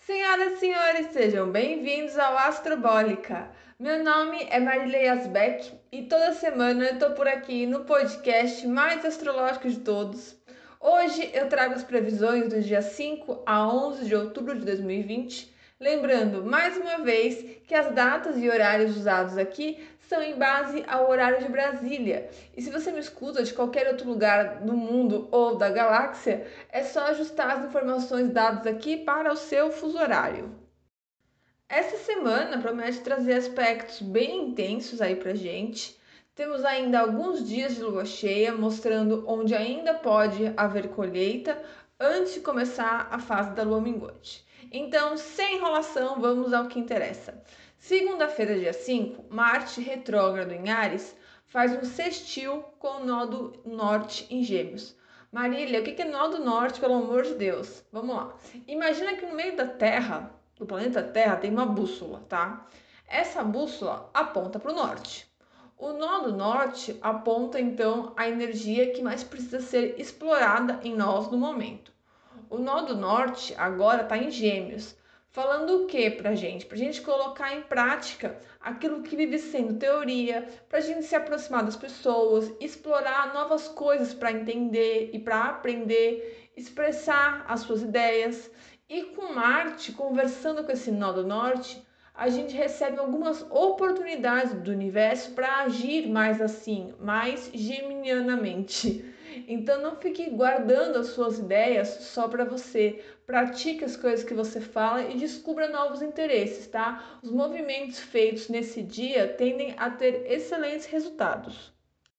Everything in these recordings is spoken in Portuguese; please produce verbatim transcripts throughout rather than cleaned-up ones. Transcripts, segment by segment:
Senhoras e senhores, sejam bem-vindos ao Astrobólica. Meu nome é Marília Yazbek e toda semana eu tô por aqui no podcast mais astrológico de todos. Hoje eu trago as previsões do dia cinco a onze de outubro de dois mil e vinte, lembrando mais uma vez que as datas e horários usados aqui são em base ao horário de Brasília. E se você me escuta de qualquer outro lugar do mundo ou da galáxia, é só ajustar as informações dadas aqui para o seu fuso horário. Essa semana promete trazer aspectos bem intensos aí pra gente. Temos ainda alguns dias de lua cheia, mostrando onde ainda pode haver colheita antes de começar a fase da lua minguante. Então, sem enrolação, vamos ao que interessa. Segunda-feira, dia cinco, Marte retrógrado em Áries faz um sextil com o nó do norte em Gêmeos. Marília, o que é nó do norte, pelo amor de Deus? Vamos lá. Imagina que no meio da Terra, do planeta Terra, tem uma bússola, tá? Essa bússola aponta para o norte. O nó do norte aponta então a energia que mais precisa ser explorada em nós no momento. O nó do norte agora está em Gêmeos, falando o que para gente? Para a gente colocar em prática aquilo que vive sendo teoria, para a gente se aproximar das pessoas, explorar novas coisas para entender e para aprender, expressar as suas ideias. E com Marte, conversando com esse nó do norte, a gente recebe algumas oportunidades do universo para agir mais assim, mais geminianamente. Então não fique guardando as suas ideias só para você. Pratique as coisas que você fala e descubra novos interesses, tá? Os movimentos feitos nesse dia tendem a ter excelentes resultados.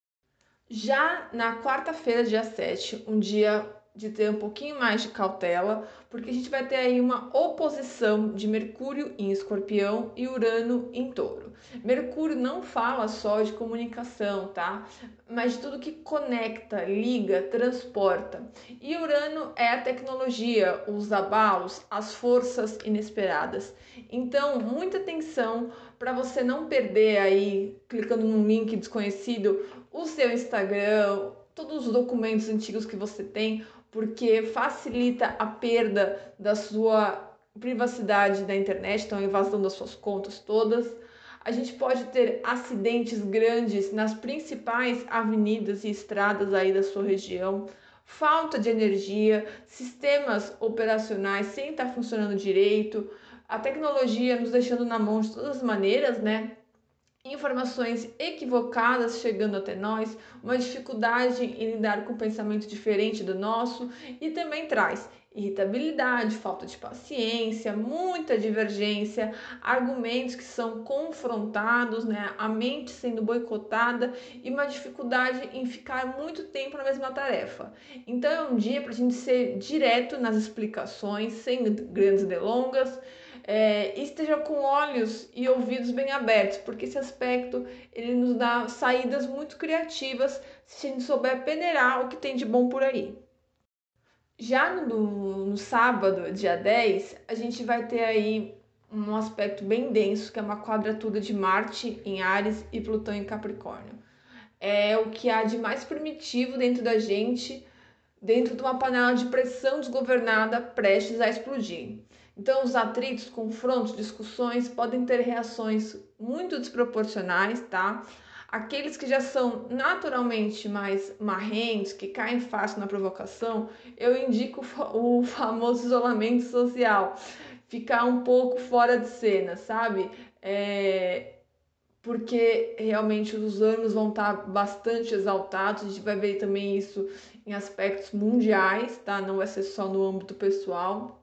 Já na quarta-feira, dia sete, um dia de ter um pouquinho mais de cautela, porque a gente vai ter aí uma oposição de Mercúrio em Escorpião e Urano em Touro. Mercúrio não fala só de comunicação, tá? Mas de tudo que conecta, liga, transporta. E Urano é a tecnologia, os abalos, as forças inesperadas. Então, muita atenção para você não perder aí, clicando num link desconhecido, o seu Instagram, todos os documentos antigos que você tem, porque facilita a perda da sua privacidade da internet, então a invasão das suas contas todas. A gente pode ter acidentes grandes nas principais avenidas e estradas aí da sua região, falta de energia, sistemas operacionais sem estar funcionando direito, a tecnologia nos deixando na mão de todas as maneiras, né? Informações equivocadas chegando até nós, uma dificuldade em lidar com um pensamento diferente do nosso e também traz irritabilidade, falta de paciência, muita divergência, argumentos que são confrontados, né, a mente sendo boicotada e uma dificuldade em ficar muito tempo na mesma tarefa. Então é um dia para a gente ser direto nas explicações, sem grandes delongas, é, esteja com olhos e ouvidos bem abertos, porque esse aspecto ele nos dá saídas muito criativas se a gente souber peneirar o que tem de bom por aí. Já no, no sábado, dia dez, a gente vai ter aí um aspecto bem denso, que é uma quadratura de Marte em Áries e Plutão em Capricórnio. É o que há de mais primitivo dentro da gente, dentro de uma panela de pressão desgovernada prestes a explodir. Então, os atritos, confrontos, discussões podem ter reações muito desproporcionais, tá? Aqueles que já são naturalmente mais marrentos, que caem fácil na provocação, eu indico o famoso isolamento social, ficar um pouco fora de cena, sabe? É, porque realmente os ânimos vão estar bastante exaltados, a gente vai ver também isso em aspectos mundiais, tá? Não vai ser só no âmbito pessoal.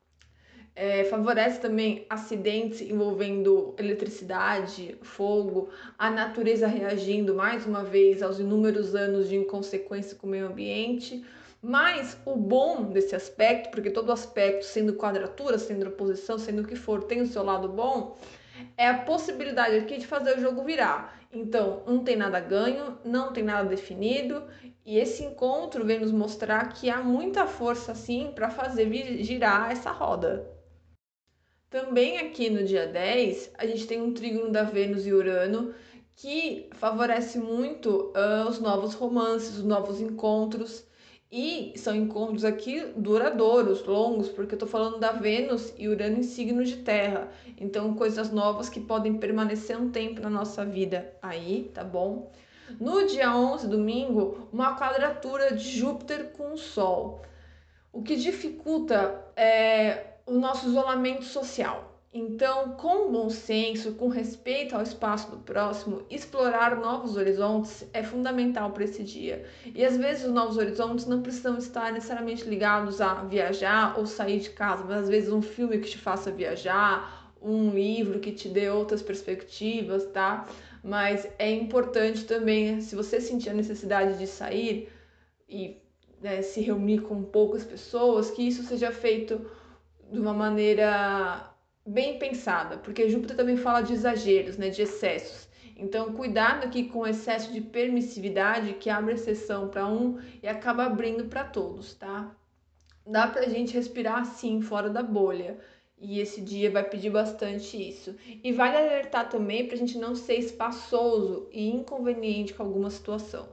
É, favorece também acidentes envolvendo eletricidade, fogo, a natureza reagindo mais uma vez aos inúmeros anos de inconsequência com o meio ambiente. Mas o bom desse aspecto, porque todo aspecto, sendo quadratura, sendo oposição, sendo o que for, tem o seu lado bom, é a possibilidade aqui de fazer o jogo virar. Então, não tem nada ganho, não tem nada definido, e esse encontro vem nos mostrar que há muita força, sim, para fazer girar essa roda. Também aqui no dia dez, a gente tem um trígono da Vênus e Urano que favorece muito uh, os novos romances, os novos encontros E são encontros aqui duradouros, longos, porque eu tô falando da Vênus e Urano em signos de terra. Então, coisas novas que podem permanecer um tempo na nossa vida aí, tá bom? No dia onze, domingo, uma quadratura de Júpiter com o Sol, o que dificulta é, o nosso isolamento social. Então, com bom senso, com respeito ao espaço do próximo, explorar novos horizontes é fundamental para esse dia. E às vezes os novos horizontes não precisam estar necessariamente ligados a viajar ou sair de casa, mas às vezes um filme que te faça viajar, um livro que te dê outras perspectivas, tá? Mas é importante também, se você sentir a necessidade de sair e né, se reunir com poucas pessoas, que isso seja feito de uma maneira bem pensada, porque Júpiter também fala de exageros, né, de excessos. Então, cuidado aqui com o excesso de permissividade que abre exceção para um e acaba abrindo para todos, tá? Dá pra gente respirar sim fora da bolha. E esse dia vai pedir bastante isso. E vale alertar também para a gente não ser espaçoso e inconveniente com alguma situação.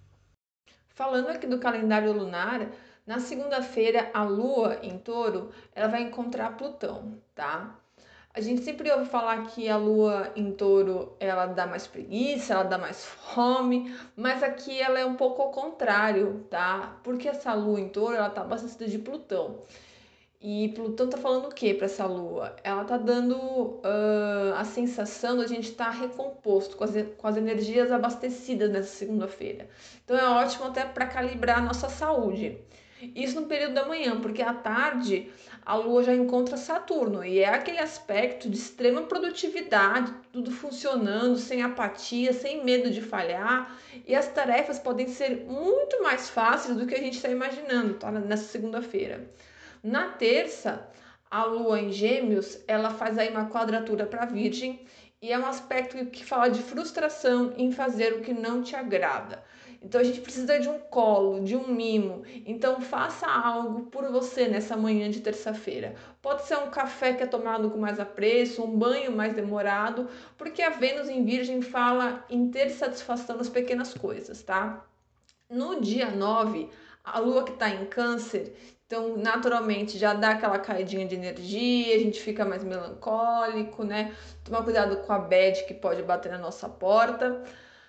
Falando aqui do calendário lunar, na segunda-feira a Lua em Touro, ela vai encontrar Plutão, tá? A gente sempre ouve falar que a Lua em Touro, ela dá mais preguiça, ela dá mais fome, mas aqui ela é um pouco ao contrário, tá? Porque essa Lua em Touro, ela tá abastecida de Plutão. E Plutão tá falando o que para essa lua? Ela tá dando uh, a sensação de a gente estar tá recomposto, com as, com as energias abastecidas nessa segunda-feira. Então é ótimo até para calibrar a nossa saúde. Isso no período da manhã, porque à tarde a lua já encontra Saturno e é aquele aspecto de extrema produtividade, tudo funcionando, sem apatia, sem medo de falhar, e as tarefas podem ser muito mais fáceis do que a gente está imaginando, tá? Nessa segunda-feira. Na terça, a Lua em Gêmeos, ela faz aí uma quadratura para Virgem e é um aspecto que fala de frustração em fazer o que não te agrada. Então a gente precisa de um colo, de um mimo. Então faça algo por você nessa manhã de terça-feira. Pode ser um café que é tomado com mais apreço, um banho mais demorado, porque a Vênus em Virgem fala em ter satisfação nas pequenas coisas, tá? No dia nove, a lua que está em Câncer, então naturalmente já dá aquela caidinha de energia, a gente fica mais melancólico, né? Tomar cuidado com a bad que pode bater na nossa porta.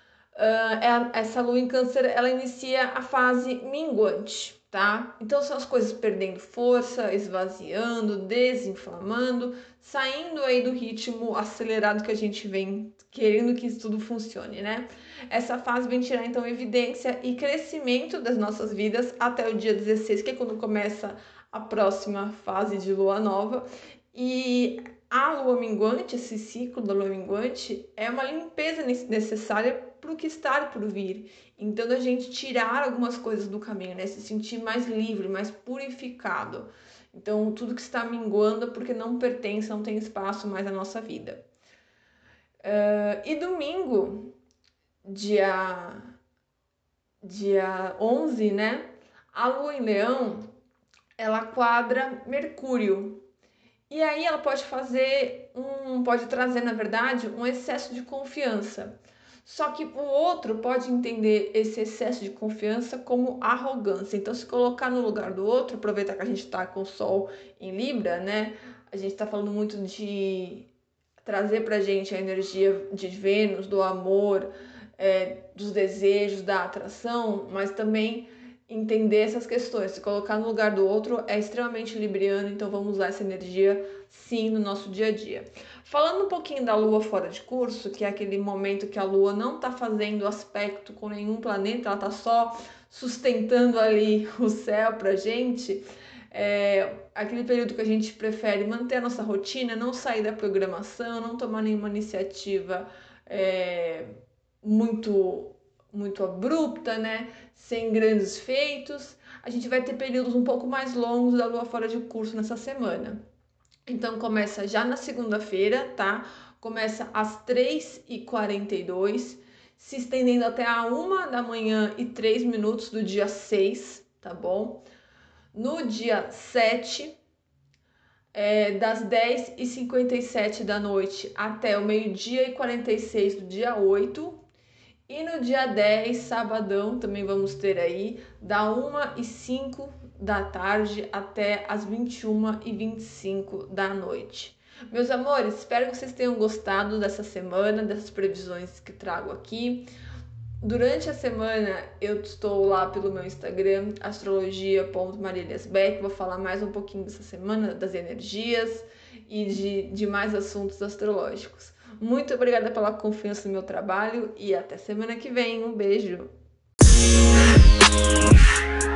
Uh, essa lua em Câncer, ela inicia a fase minguante, tá? Então são as coisas perdendo força, esvaziando, desinflamando, saindo aí do ritmo acelerado que a gente vem querendo que isso tudo funcione, né? Essa fase vem tirar então evidência e crescimento das nossas vidas até o dia dezesseis, que é quando começa a próxima fase de lua nova. E a lua minguante, esse ciclo da lua minguante, é uma limpeza necessária para o que está por vir. Então, a gente tirar algumas coisas do caminho, né? Se sentir mais livre, mais purificado. Então, tudo que está minguando é porque não pertence, não tem espaço mais na nossa vida. Uh, e domingo, dia, dia onze, né? A lua em Leão, ela quadra Mercúrio. E aí ela pode fazer um, pode trazer, na verdade, um excesso de confiança. Só que o outro pode entender esse excesso de confiança como arrogância. Então, se colocar no lugar do outro, aproveitar que a gente está com o Sol em Libra, né? A gente está falando muito de trazer pra gente a energia de Vênus, do amor, é, dos desejos, da atração, mas também entender essas questões. Se colocar no lugar do outro é extremamente libriano, então vamos usar essa energia sim no nosso dia a dia. Falando um pouquinho da Lua fora de curso, que é aquele momento que a Lua não está fazendo aspecto com nenhum planeta, ela está só sustentando ali o céu pra gente. É aquele período que a gente prefere manter a nossa rotina, não sair da programação, não tomar nenhuma iniciativa é, muito muito abrupta, né? Sem grandes feitos. A gente vai ter períodos um pouco mais longos da lua fora de curso nessa semana. Então começa já na segunda-feira, tá? Começa às três e quarenta e dois, se estendendo até a uma da manhã e três minutos do dia seis, tá bom? No dia sete, é, das dez e cinquenta e sete da noite até o meio-dia e quarenta e seis do dia oito. E no dia dez, sabadão, também vamos ter aí, da uma e cinco da tarde até as vinte e uma e vinte e cinco da noite. Meus amores, espero que vocês tenham gostado dessa semana, dessas previsões que trago aqui. Durante a semana eu estou lá pelo meu Instagram, astrologia ponto maria elias beck, vou falar mais um pouquinho dessa semana, das energias e de, de mais assuntos astrológicos. Muito obrigada pela confiança no meu trabalho e até semana que vem. Um beijo!